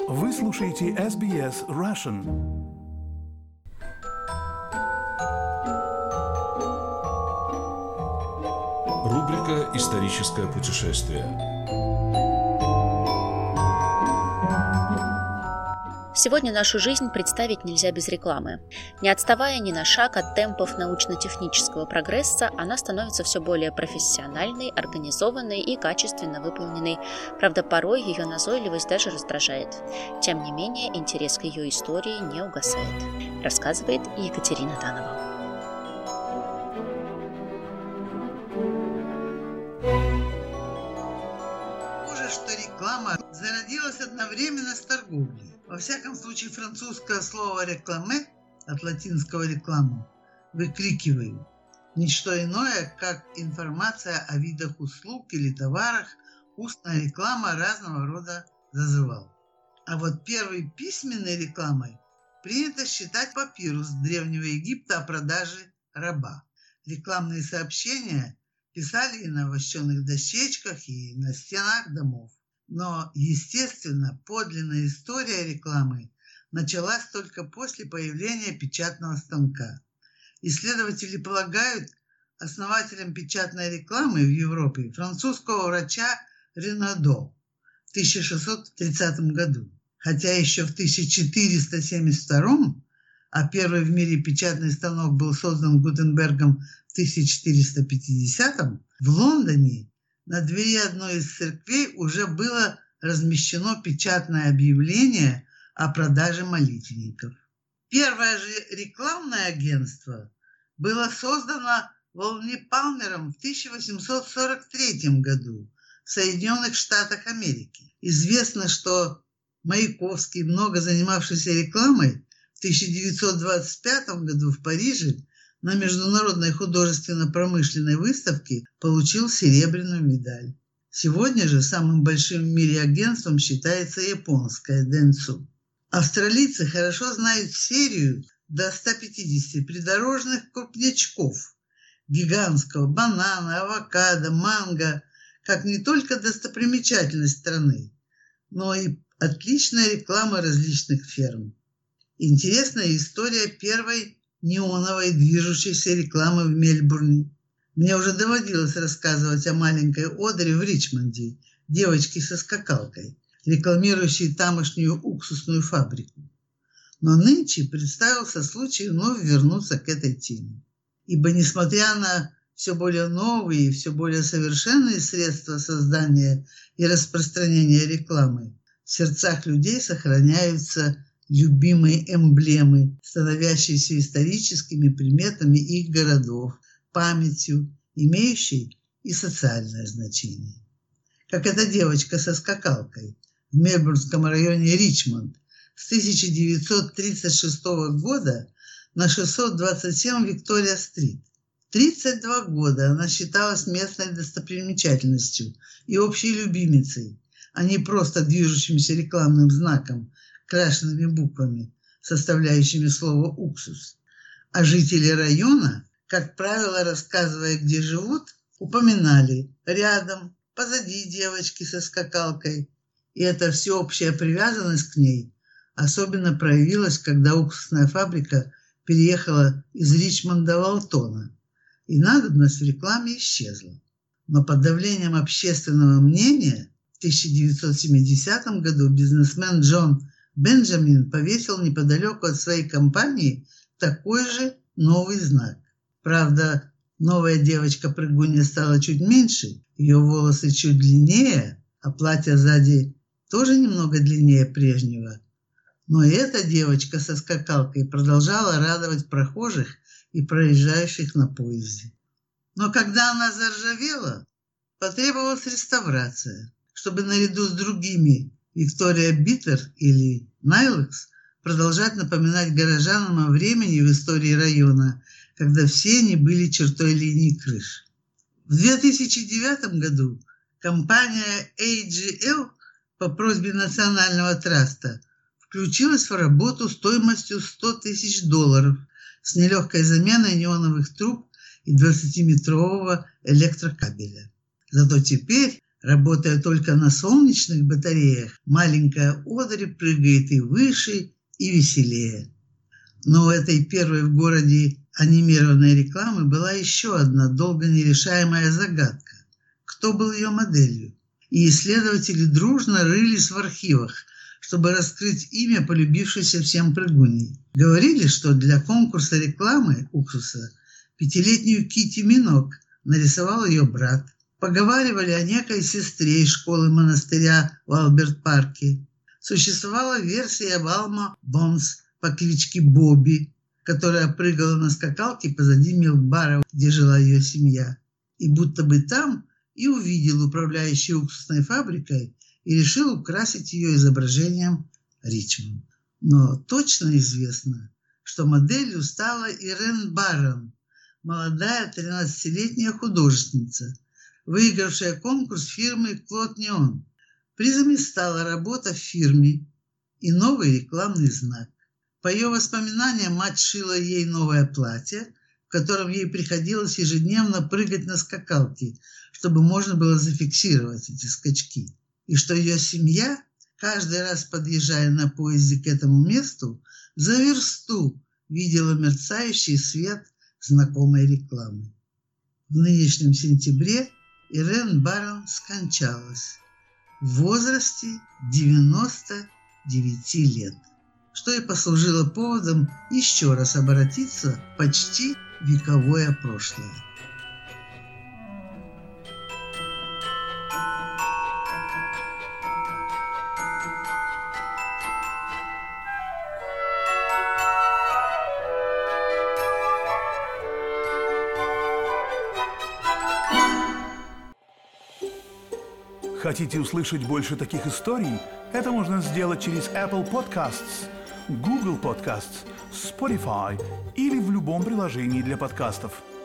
Вы слушаете SBS Russian. Рубрика «Историческое путешествие». Сегодня нашу жизнь представить нельзя без рекламы. Не отставая ни на шаг от темпов научно-технического прогресса, она становится все более профессиональной, организованной и качественно выполненной. Правда, порой ее назойливость даже раздражает. Тем не менее, интерес к ее истории не угасает, рассказывает Екатерина Танова. Похоже, что реклама зародилась одновременно с торговлей. Во всяком случае, французское слово «рекламе» от латинского «рекламу» выкрикиваю. Ничто иное, как информация о видах услуг или товарах, устная реклама разного рода зазывал. А вот первой письменной рекламой принято считать папирус Древнего Египта о продаже раба. Рекламные сообщения писали и на вощеных дощечках, и на стенах домов. Но, естественно, подлинная история рекламы началась только после появления печатного станка. Исследователи полагают основателем печатной рекламы в Европе французского врача Ренадо в 1630 году. Хотя еще в 1472, а первый в мире печатный станок был создан Гутенбергом в 1450, в Лондоне на двери одной из церквей уже было размещено печатное объявление о продаже молитвенников. Первое же рекламное агентство было создано Волни Палмером в 1843 году в Соединенных Штатах Америки. Известно, что Маяковский, много занимавшийся рекламой, в 1925 году в Париже на Международной художественно-промышленной выставке получил серебряную медаль. Сегодня же самым большим в мире агентством считается японское Dentsu. Австралийцы хорошо знают серию до 150 придорожных крупнячков гигантского банана, авокадо, манго, как не только достопримечательность страны, но и отличная реклама различных ферм. Интересная история первой неоновой движущейся рекламы в Мельбурне. Мне уже доводилось рассказывать о маленькой Одри в Ричмонде, девочке со скакалкой, рекламирующей тамошнюю уксусную фабрику. Но нынче представился случай вновь вернуться к этой теме. Ибо, несмотря на все более новые и все более совершенные средства создания и распространения рекламы, в сердцах людей сохраняются любимые эмблемы, становящиеся историческими приметами их городов, памятью, имеющей и социальное значение. Как эта девочка со скакалкой в мельбурнском районе Ричмонд с 1936 года на 627 Виктория-стрит. 32 года она считалась местной достопримечательностью и общей любимицей, а не просто движущимся рекламным знаком, крашенными буквами, составляющими слово «уксус». А жители района, как правило, рассказывая, где живут, упоминали рядом, позади девочки со скакалкой. И эта всеобщая привязанность к ней особенно проявилась, когда уксусная фабрика переехала из Ричмонда в Алтона, и надобность в рекламе исчезла. Но под давлением общественного мнения в 1970 году бизнесмен Джон Бенджамин повесил неподалеку от своей компании такой же новый знак. Правда, новая девочка-прыгунья стала чуть меньше, ее волосы чуть длиннее, а платье сзади тоже немного длиннее прежнего. Но и эта девочка со скакалкой продолжала радовать прохожих и проезжающих на поезде. Но когда она заржавела, потребовалась реставрация, чтобы наряду с другими Виктория Биттер или Найлакс продолжать напоминать горожанам о времени в истории района, когда все они были чертой линии крыш. В 2009 году компания AGL по просьбе Национального траста включилась в работу стоимостью $100 тысяч с нелегкой заменой неоновых труб и 20-метрового электрокабеля. Зато теперь Работая только на солнечных батареях, маленькая Одри прыгает и выше, и веселее. Но у этой первой в городе анимированной рекламы была еще одна долго нерешаемая загадка. Кто был ее моделью? И исследователи дружно рылись в архивах, чтобы раскрыть имя полюбившейся всем прыгуньи. Говорили, что для конкурса рекламы уксуса 5-летнюю Китти Минок нарисовал ее брат. Поговаривали о некой сестре из школы-монастыря в Альберт-парке. Существовала версия об Алма Бонс по кличке Бобби, которая прыгала на скакалке позади милк-бара, где жила ее семья. И будто бы там и увидел управляющий уксусной фабрикой и решил украсить ее изображением Ричмонд. Но точно известно, что моделью стала Ирен Барон, молодая 13-летняя художница, выигравшая конкурс фирмы Клод Неон. Призами стала работа в фирме и новый рекламный знак. По ее воспоминаниям, мать шила ей новое платье, в котором ей приходилось ежедневно прыгать на скакалке, чтобы можно было зафиксировать эти скачки. И что ее семья, каждый раз подъезжая на поезде к этому месту, за версту видела мерцающий свет знакомой рекламы. В нынешнем сентябре Ирен Барон скончалась в возрасте 99 лет, что и послужило поводом еще раз обратиться в почти вековое прошлое. Хотите услышать больше таких историй? Это можно сделать через Apple Podcasts, Google Podcasts, Spotify или в любом приложении для подкастов.